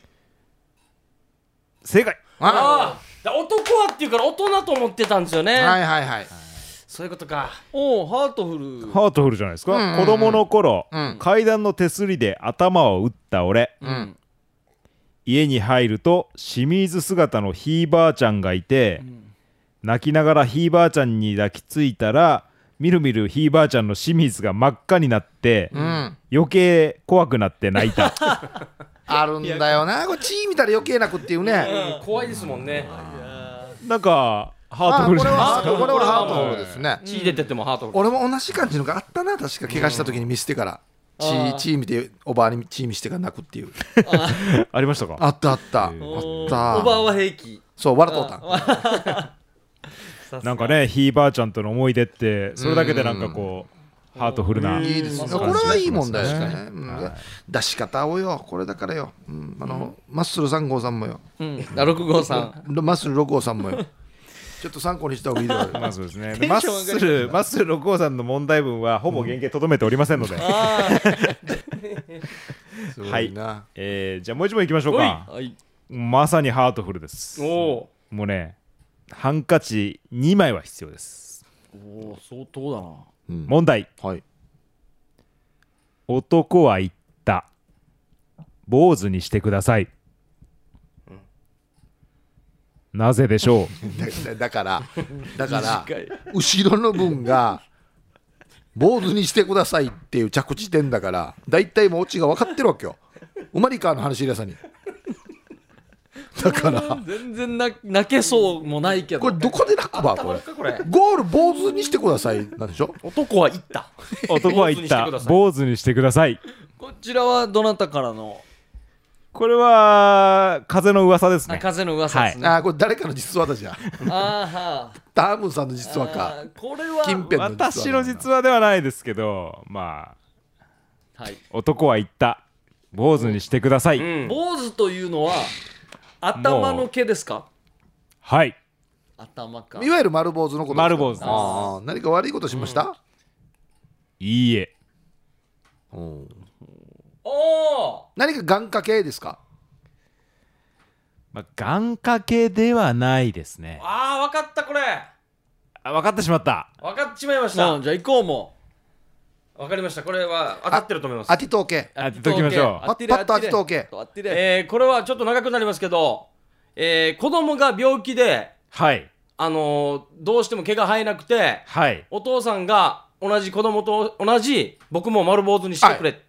正解。
ああ、男はっていうから大人と思ってたんですよね。
はいはいはい、
そういうことか。
おお、ハートフル。
ハートフルじゃないですか、うんうんうん、子供の頃、うん、階段の手すりで頭を打った俺、うん、家に入ると清水姿のひいばあちゃんがいて、うん、泣きながらひいばあちゃんに抱きついたらみるみるひいばあちゃんの清水が真っ赤になって、うん、余計怖くなって泣いた。
あるんだよな、これ血見たら余計泣くっていうね、
うん、怖いですもんね。
なんかハートフルじゃないですか。
これはハートフルですね。
血出ててもハートフル。
俺も同じ感じのがあったな、確か怪我した時に見せてから、うん、血血見ておばあに血見してから泣くっていう。
あ, ありましたか？
あったあったあった。
おばあは平気。
そう笑っとった。
なんかね、ひいばあちゃんとの思い出ってそれだけでなんかこうハートフルな。
いいですね。これはいい問題ですね。うん、出し方をよ、これだからよ。うん、あの、うん、マッスルさん号さんもよ。
うん、ろく号さん。
マッスルろく号さんもよ。ちょっと参考にした方がいいだろう。
まあそうですね。マッスルマッスルろく号さんの問題文はほぼ原型とどめておりませんので。うん、はい。えー、じゃあもう一問いきましょうか。はい、まさにハートフルです。おもうね、ハンカチにまいは必要です。
おお、相当だな。
うん、問題、はい、男は言った。坊主にしてください、うん、なぜでしょ
う？だ, だからだから後ろの文が坊主にしてくださいっていう着地点だから、だいたいもうオチが分かってるわけよ。うまりかの話入れさに。だから
全然な泣けそうもないけど、
これどこで泣くばこれ。これゴール坊主にしてくださいなんでしょ。
男は言った。
男は言った。坊主にしてください。
こちらはどなたからの？
これは風の噂ですね。
風の噂ですね。
はい、あこれ誰かの実話だじゃん。
あは
タームさんの実話か。
これは
近辺の実話。
私の実話ではないですけど、まあ、はい、男は言った。坊主にしてください。
うん、坊主というのは頭の毛ですか？
はい。
頭か。
いわゆる丸坊主のことですか？
丸坊主です。
あ何か悪いことしました？うん、
いいえ。
おお。何か眼科系ですか？
まあ、眼科系ではないですね。
ああ、分かったこれ。
あ、分かってしまった。
分かってしまいました。
うん、じゃあ行こうもう。
分かりました。これは当たってると思います。
アティトー系。
当てときましょう。
パッパッとアティトー系。
えー、これはちょっと長くなりますけど、えー、子供が病気で、
はい、
あのー、どうしても毛が生えなくて、
はい、
お父さんが同じ子供と同じ僕も丸坊主にしてくれ、はい、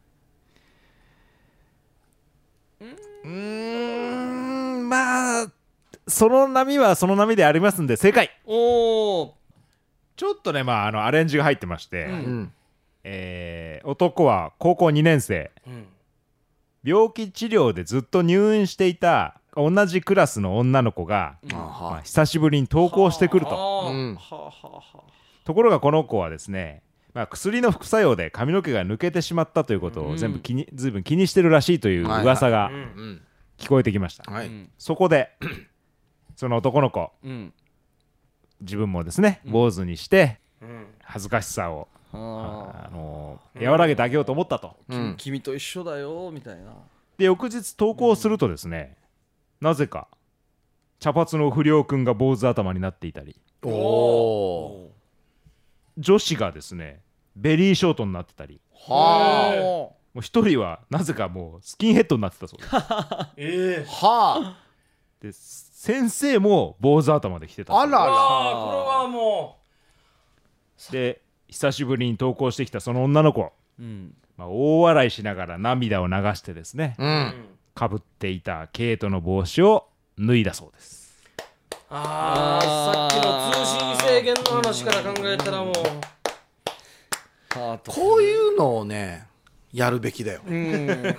うーん、まあその波はその波でありますんで正解。
おー、
ちょっとね、まあ、あのアレンジが入ってまして、うん、えー、男は高校にねん生、うん、病気治療でずっと入院していた同じクラスの女の子が、うん、まあ、久しぶりに登校してくると、うん、ところがこの子はですね、まあ、薬の副作用で髪の毛が抜けてしまったということを全部気に、うん、ずいぶん気にしてるらしいという噂が聞こえてきました、はいはい、そこでその男の子、うん、 自分もですね坊主にして
うん
恥ずかしさを、
あ
あの和らげてあげようと思ったと。
うん
君と一緒だよみたいな。
で翌日投稿するとですね、なぜか茶髪の不良くんが坊主頭になっていたり、
おお
女子がですねベリーショートになってたり、
は
もう一人はなぜかもうスキンヘッドになってたそうです。
ええ
あは
で先生も坊主頭で来てたそうです。
ああらら
ああこれはも
で久しぶりに投稿してきたその女の子、
うん。
まあ、大笑いしながら涙を流してですね
う
うん
かぶっていたケイトの帽子を脱いだそうです。
ああさっきの通信制限の話から考えたらもう
ハート。
こういうのをねやるべきだよ
うん。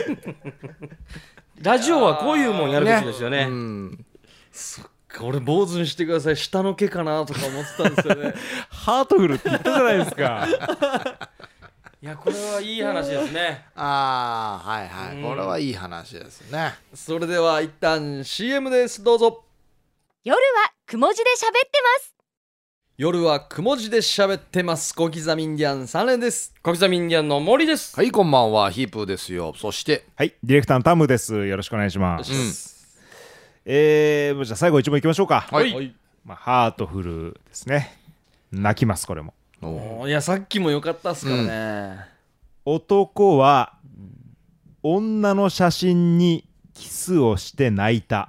ラジオはこういうもんやるべきですよね
うん
俺坊主にしてください。下の毛かなとか思ってたんですよね。
ハートフルって言ったじゃないですか。
いやこれはいい話ですね
ああはいはい、
うん
これはいい話ですね。
それでは一旦 シーエム です。どうぞ。
夜はくも字で喋ってます。
夜はくも字で喋ってます。小刻みインディアンさん連です。
小刻みインディアンの森です
はいこんばんはヒープーですよ。そして
はいディレクターのタムです。よろしくお願いします。えー、じゃあ最後一問いきましょうか。
はい
はい。
まあ、ハートフルですね。泣きますこれも。
お
おーいやさっきも良かったっすからね。
男は女の写真にキスをして泣いた。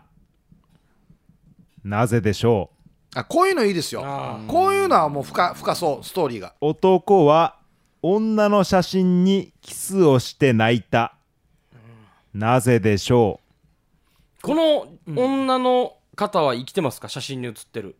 なぜでしょう。
あこういうのいいですよ。
あ
こういうのはもう深深そうストーリーが。
男は女の写真にキスをして泣いた。なぜでしょ
この女の方は生きてますか写真に写ってる
う。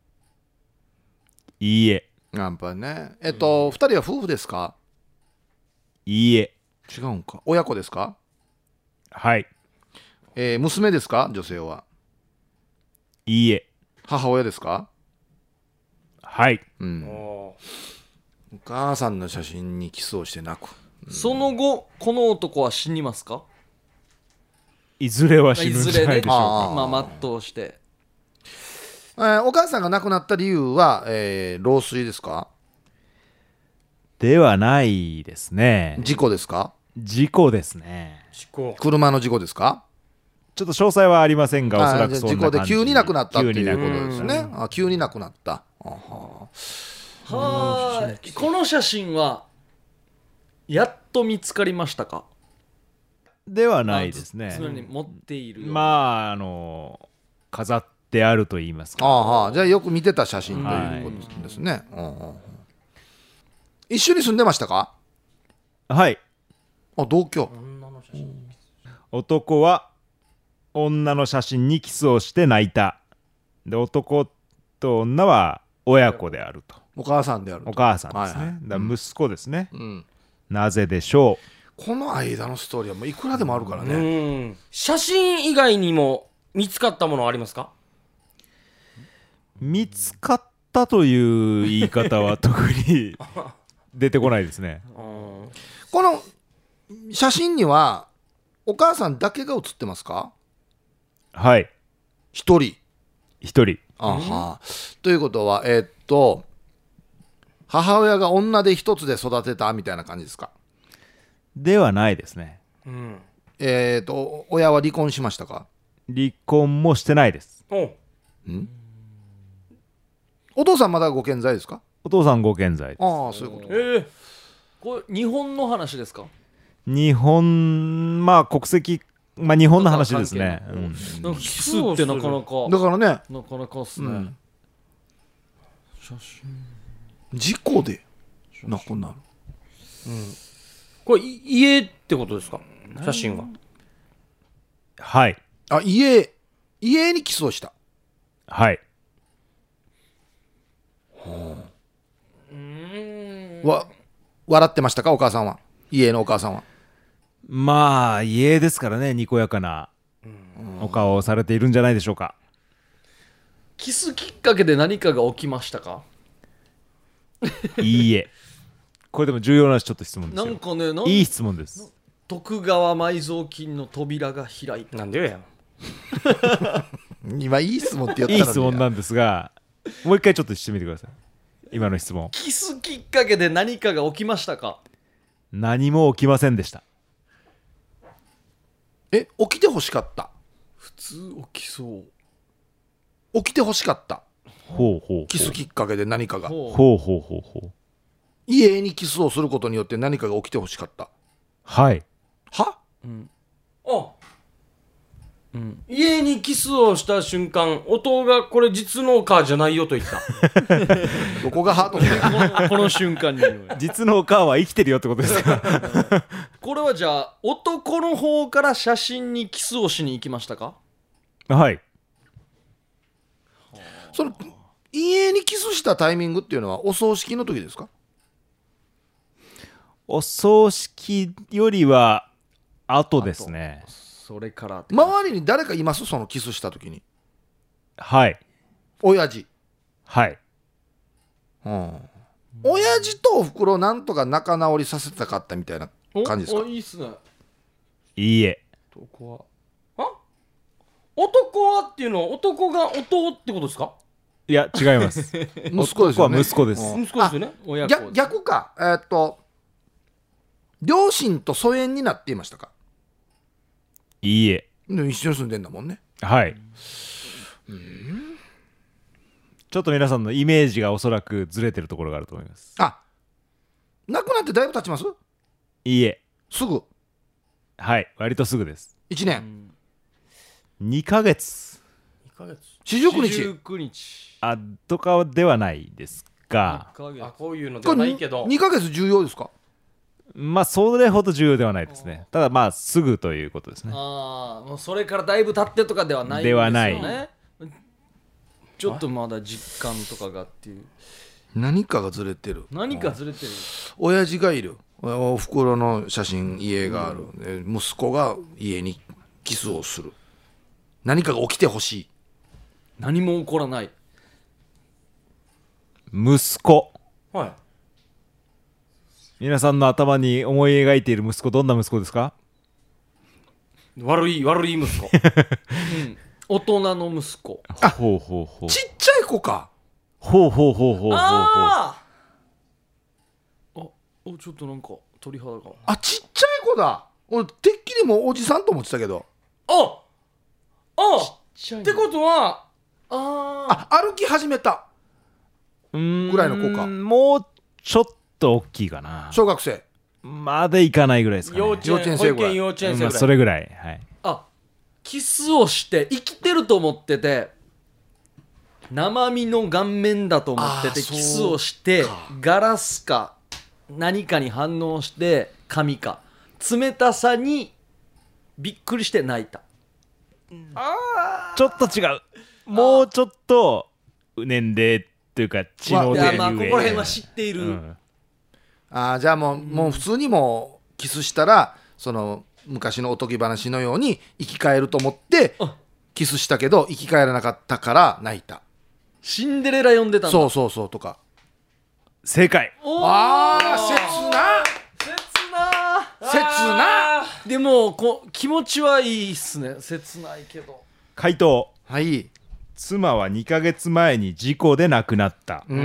いいえ
やっぱねえっと、二人は夫婦ですか。
いいえ。
違うんか親子ですか。
はい
えー娘ですか女性は。
いいえ。
母親ですか。
はい
うん
お
お母さんの写真にキスをして泣く。
その後この男は死にますか。
いずれは死
い
ぬん
ずれね
じゃないでしょうか。
あー
まあ全うして。
えーお母さんが亡くなった理由は、えー老衰ですか。
ではないですね。
事故ですか。
事故ですね。
事故
車の事故ですか。
ちょっと詳細はありませんが、おそら
あーじゃあ
くそんな感じ。
事故で急に亡くなったっていう
急に亡く
こと
なった
ですね。あ急に亡くなった。あは
はーい。この写真はやっと見つかりましたか。
ではないですね。
常に持っているような。
まああの飾ってあると言いますか。
ああじゃあよく見てた写真ということですね。うんうんうん一緒に住んでましたか。
はい。
あ同居。
女の写真
男は女の写真にキスをして泣いた。で男と女は親子であると。
お母さんであると。
お母さんですね。
はいはい
だから息子ですね、
うん、
なぜでしょ
この間のストーリーはもういくらでもあるから
う
ね。
ん写真以外にも見つかったものありますか
う。見つかったという言い方は特に出てこないですね。
うん
この写真にはお母さんだけが写ってますか。
はい。
一人。
一人。
あはということはえーっと母親が女で一つで育てたみたいな感じですか。
ではないですね。
うん
えーっと親は離婚しましたか。
離婚もしてないです。
お
お父さんまだご健在ですか。
お父さんご健在です。
ああそういうこと。
ええ
これ日本の話ですか。
日本、まあ国籍、まあ日本の話ですね。
関係
うん
なんかキスってなかなか
だからね、
なかなかっすね。
うん
写真
事故で亡くなる。
これい家ってことですか写真は
はい。
あ家家にキスをした。
はい。
わ笑ってましたかお母さんは。家のお母さんは。
まあ家ですからね、にこやかなお顔をされているんじゃないでしょうか。
キスきっかけで何かが起きましたか。
いいえ。これでも重要なちょっと質問ですよ。
なんかね、なん
いい質問です。
徳川埋蔵金の扉が開いた。
なんでよや
今いい質問って言ったのに。
いい質問なんですが、 もう一回ちょっとしてみてください。今の質問。
キスきっかけで何かが起きましたか？
何も起きませんでした。
え、起きてほしかった。
普通起きそう。
起きてほしかった。
ほうほうほう。
キスきっかけで何かが。
ほうほうほうほう。
家にキスをすることによって何かが起きてほしかった。
はい。
は？
うん。あ。うん、家にキスをした瞬間、音がこれ実のカーじゃないよと言った。
どこがハート
このこの瞬間に
実のカーは生きてるよってことですか？
これはじゃあ男の方から写真にキスをしに行きましたか？
はい。
その家にキスしたタイミングっていうのはお葬式の時ですか？
お葬式よりは後ですね。
それから
周りに誰かいます？そのキスした時に。
はい。
親父。
はい。
うん。親父とおふくろなんとか仲直りさせたかったみたいな感じですか？
いいっすね。
いいえ。
男はあ男はっていうのは男が男ってことですか？
いや違います。
息子ですよね。
息子です。
息子ですよね。
親子
逆逆か。えー、っと両親と疎遠になっていましたか？
いいえ。
一緒に住んでんだもんね。
はい。うん、ちょっと皆さんのイメージがおそらくずれてるところがあると思います。
あ、亡くなってだいぶ経ちます？
いいえ。
すぐ？
はい、割とすぐです。
いちねん。
にかげつ。
にかげつ。
四十九日。
四十九日。
あ、とかではないですが。
あ、こういうのではないけど。
にかげつ重要ですか？
まあそれほど重要ではないですね。ただまあすぐということですね。
ああ、もうそれからだいぶ経ってとかではないんですよね。
ではない。
ちょっとまだ実感とかがっていう。
何かがずれてる。
何かずれてる。
親父がいる。おふくろの写真、家がある、うん、息子が家にキスをする。何かが起きてほしい。
何も起こらない。
息子。
はい。
皆さんの頭に思い描いている息子、どんな息子ですか？
悪い悪い息子、うん、
大人の息子。
あ、ほうほうほう。
ちっちゃい子か。
ほうほうほうほうほうほう。
ああ、お、ちょっとなんか鳥肌が。
あ、ちっちゃい子だ。俺てっきりもうおじさんと思ってたけど。
ああ
ちっ
ってことは
あ
あ、歩き始めたぐらいの子か。
もうちょっと大きいかな。
小学生
まだ行かないぐらいですかね。
幼稚園
生ぐらい。
幼稚園生ぐらい、
まあ、それぐらい。はい。
あ、キスをして生きてると思ってて、生身の顔面だと思っててキスをしてガラスか何かに反応して髪か冷たさにびっくりして泣いた。
あ
ちょっと違う。もうちょっと年齢というか知能的に上。
いや、まあここら辺は知っている、うん、
あ、じゃあもう、うん、もう普通にもうキスしたらその昔のおとぎ話のように生き返ると思ってキスしたけど生き返らなかったから泣いた。
シンデレラ読んでたんだ。
そうそうそうとか。
正解。
ああ、切な
切な
切な。
でもこ気持ちはいいっすね。切ないけど。
回答。
はい。
妻はにかげつまえに事故で亡くなった、
うん、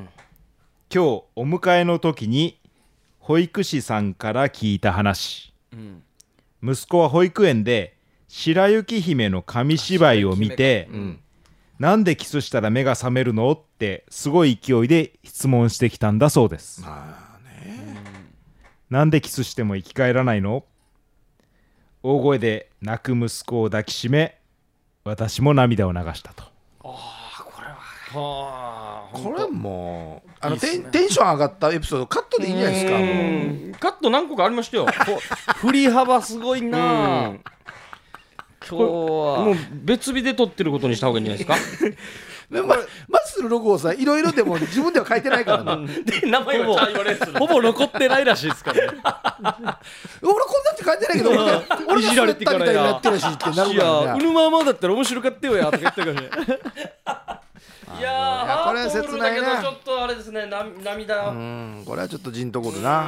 今日お迎えの時に保育士さんから聞いた話、うん、息子は保育園で白雪姫の紙芝居を見て、うん、なんでキスしたら目が覚めるのってすごい勢いで質問してきたんだそうです。
あーね、
うん、なんでキスしても生き返らないの？大声で泣く息子を抱きしめ私も涙を流したと。
ああ、これはは
あ、これもうあのいい、ね、テ, ンテンション上がったエピソードカットでいいんじゃないですか。
もうカット何個かありましたよ。
振り幅すごいな。今日は
もう別日で撮ってることにした方がいいんじゃないですか。
まマッスルろく号さんいろいろでも自分では書いてないからね。
で名前は言われる。
ほぼ残ってないらしいですからね。
俺こんなんて書いてないけど俺が俺が滑ったみたいになってるしってなるからね。
いや、うぬままだったら面白かったよやとか言ってるからね。
いやー、
これは切ないな。
ちょっとあれですね、な涙。
うん、これはちょっとジンとくるな。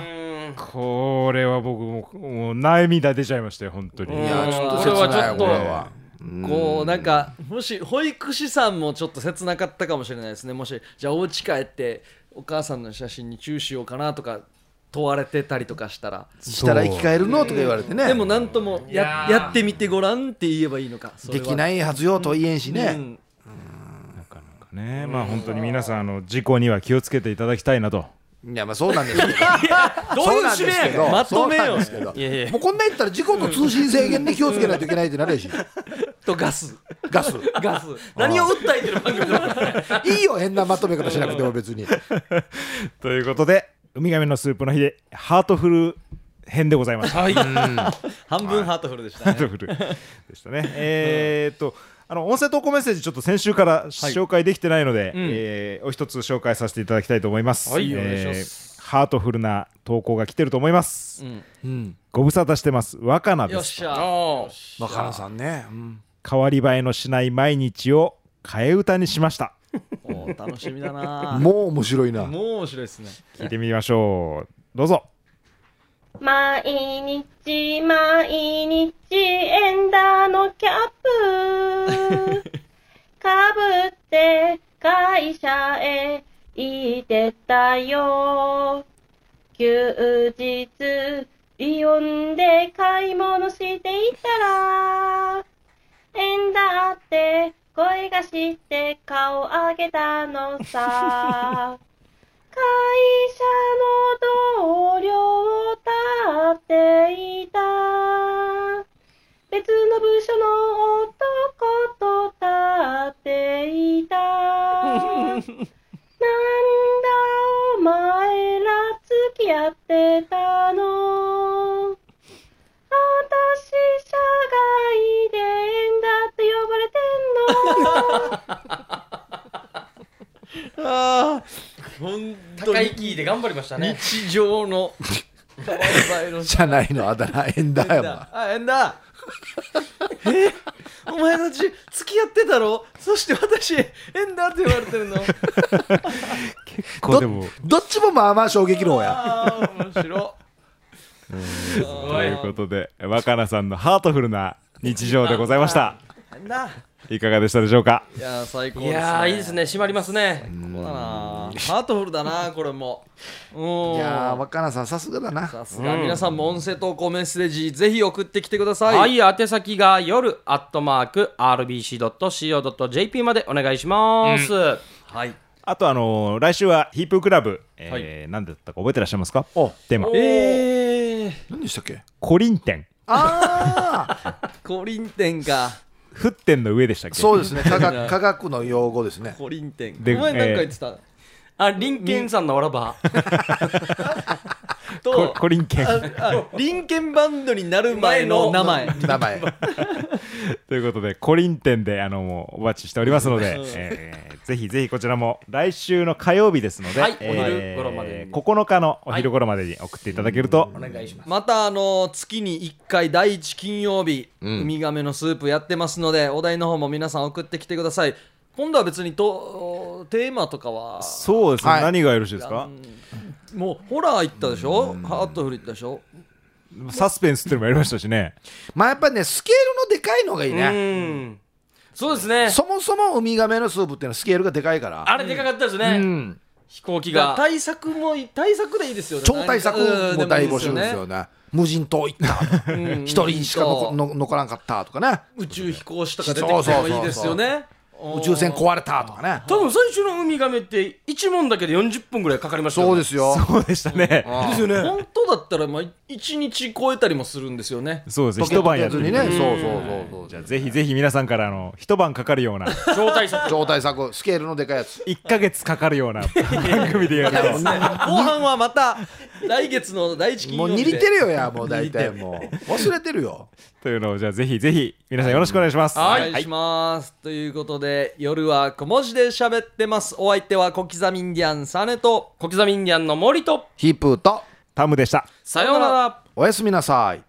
これは僕ももう涙出ちゃいましたよ本当に。
いや、ちょっと切ないこれは。
こうなんかもし保育士さんもちょっと切なかったかもしれないですね。もしじゃあお家帰ってお母さんの写真にチューしようかなとか問われてたりとかしたら
したら生き返るのとか言われてね、
でもなんとも や, やってみてごらんって言えばいいのか。
できないはずよとは言えんしね、うんうん、
なかなかね、まあ本当に皆さんあの事故には気をつけていただきたいなと。
いやまあそうなんですけど
どういう指名やねん
まとめよ。
いやいやもうこんな言ったら事故の通信制限に気をつけないといけないってなるやし
とガス
ガス
ガス
何を訴えてる番組だ
いいよ変なまとめ方しなくても別に
ということでウミガメのスープの日でハートフル編でございました、はい、うん
半分ハートフルでしたね。
ハートフルでしたねえーっとあの音声投稿メッセージちょっと先週から紹介できてないので、はいえー、お一つ紹介させていただきたいと思います、
はい
えー、
お願いします。
ハートフルな投稿が来てると思います、うんうん、ご無沙汰してます若菜です。
よっしゃ
若菜さんね、うん、
変わり映えのしない毎日を替え歌にしました
お楽しみだな
もう面白いな。
もう面白いですね。
聞いてみましょうどうぞ。
毎日毎日エンダーのキャップかぶって会社へ行ってたよ。休日イオンで買い物していたらエンダーって声がして顔上げたのさ会社の同僚を立っていた別の部署の男と立っていたなんだお前ら付き合ってたの私社外で縁だって呼ばれてんの
あ本当に
高いキーで頑張りましたね。
日常の
社内のあだ名エンダーやもん。
あエンダーえお前たち付き合ってたろ。そして私エンダーって言われてるの
結構でも
ど, どっちもまあまあ衝撃の方や。
あ面白
ということで若菜さんのハートフルな日常でございました。
エンダー
いかがでしたでしょうか。
いやー最高ですね。
いやーいいですね。締まりますね。
最高だな。ハートフルだなこれも。うん
いやー若菜さんさすがだな。
さすが、皆さんも音声投稿メッセージぜひ送ってきてください。
はい宛先が夜アットマーク アールビーシードットシーオードットジェーピー までお願いします、うん、
はい。
あとあのー、来週はヒープークラブ、えーはい、何だったか覚えてらっしゃいますか。
お
テーマ
えー、
何でしたっけ。
コリン店。
あ
あコリン店か。
沸点の上でしたっけ。
そうですね科学科学の用語ですね。
コリン店でお前何か言ってた、えー、
あリンケンさんのわらば
とコリンケン
リンケンバンドになる前の名前
名前
ということでコリン店であのもうお待ちしておりますので、えー、ぜひぜひこちらも来週の火曜日ですので、
はい
えー、
お昼頃まで
ここのかのお昼頃までに送っていただけると、
はい、お願いします。
またあの月にいっかいだいいち金曜日、うん、ウミガメのスープやってますのでお題の方も皆さん送ってきてください。今度は別にとテーマとかは
そうですね、はい、何がよろしいですか。
もうホラー行ったでしょ、ハートフル行ったでしょ、
サスペンスっていうのもやりましたしね。
まあやっぱりねスケールのでかいのがいいね。
うんそうですね。
そもそもウミガメのスープっていうのはスケールがでかいから
あれでかかったですね、うん、飛行機が
対策も対策でいいですよね。
超対策も大募集ですよね。無人島行った一人しか残らんかったとかね。
宇宙飛行士とか出てきてもいいですよね。
宇宙船壊れたとかね。
多分最初のウミガメって一問だけでよんじゅっぷんぐらいかかりましたよね。
そうですよ。
そうでしたね。
ですよね。
本当だったらまあいちにち超えたりもするんですよね。
そうですね。一晩やって
にね。そうそうそうそう。
じゃあぜひぜひ皆さんからあの一晩かかるような
超対策
超対策スケールのでかいやつ。
いっかげつかかるような番組でやると。
後半はまた来月の第一金曜日で。
もう握りてるよやもう大体もう忘れてるよ。
というのをじゃあぜひぜひ皆さんよろしくお願いします。
はい、お願いします。ということで夜は小文字で喋ってます。お相手は小刻みインディアンサネと
小刻みインディアンの森と
ヒープーと
タムでした。
さようなら。
おやすみなさい。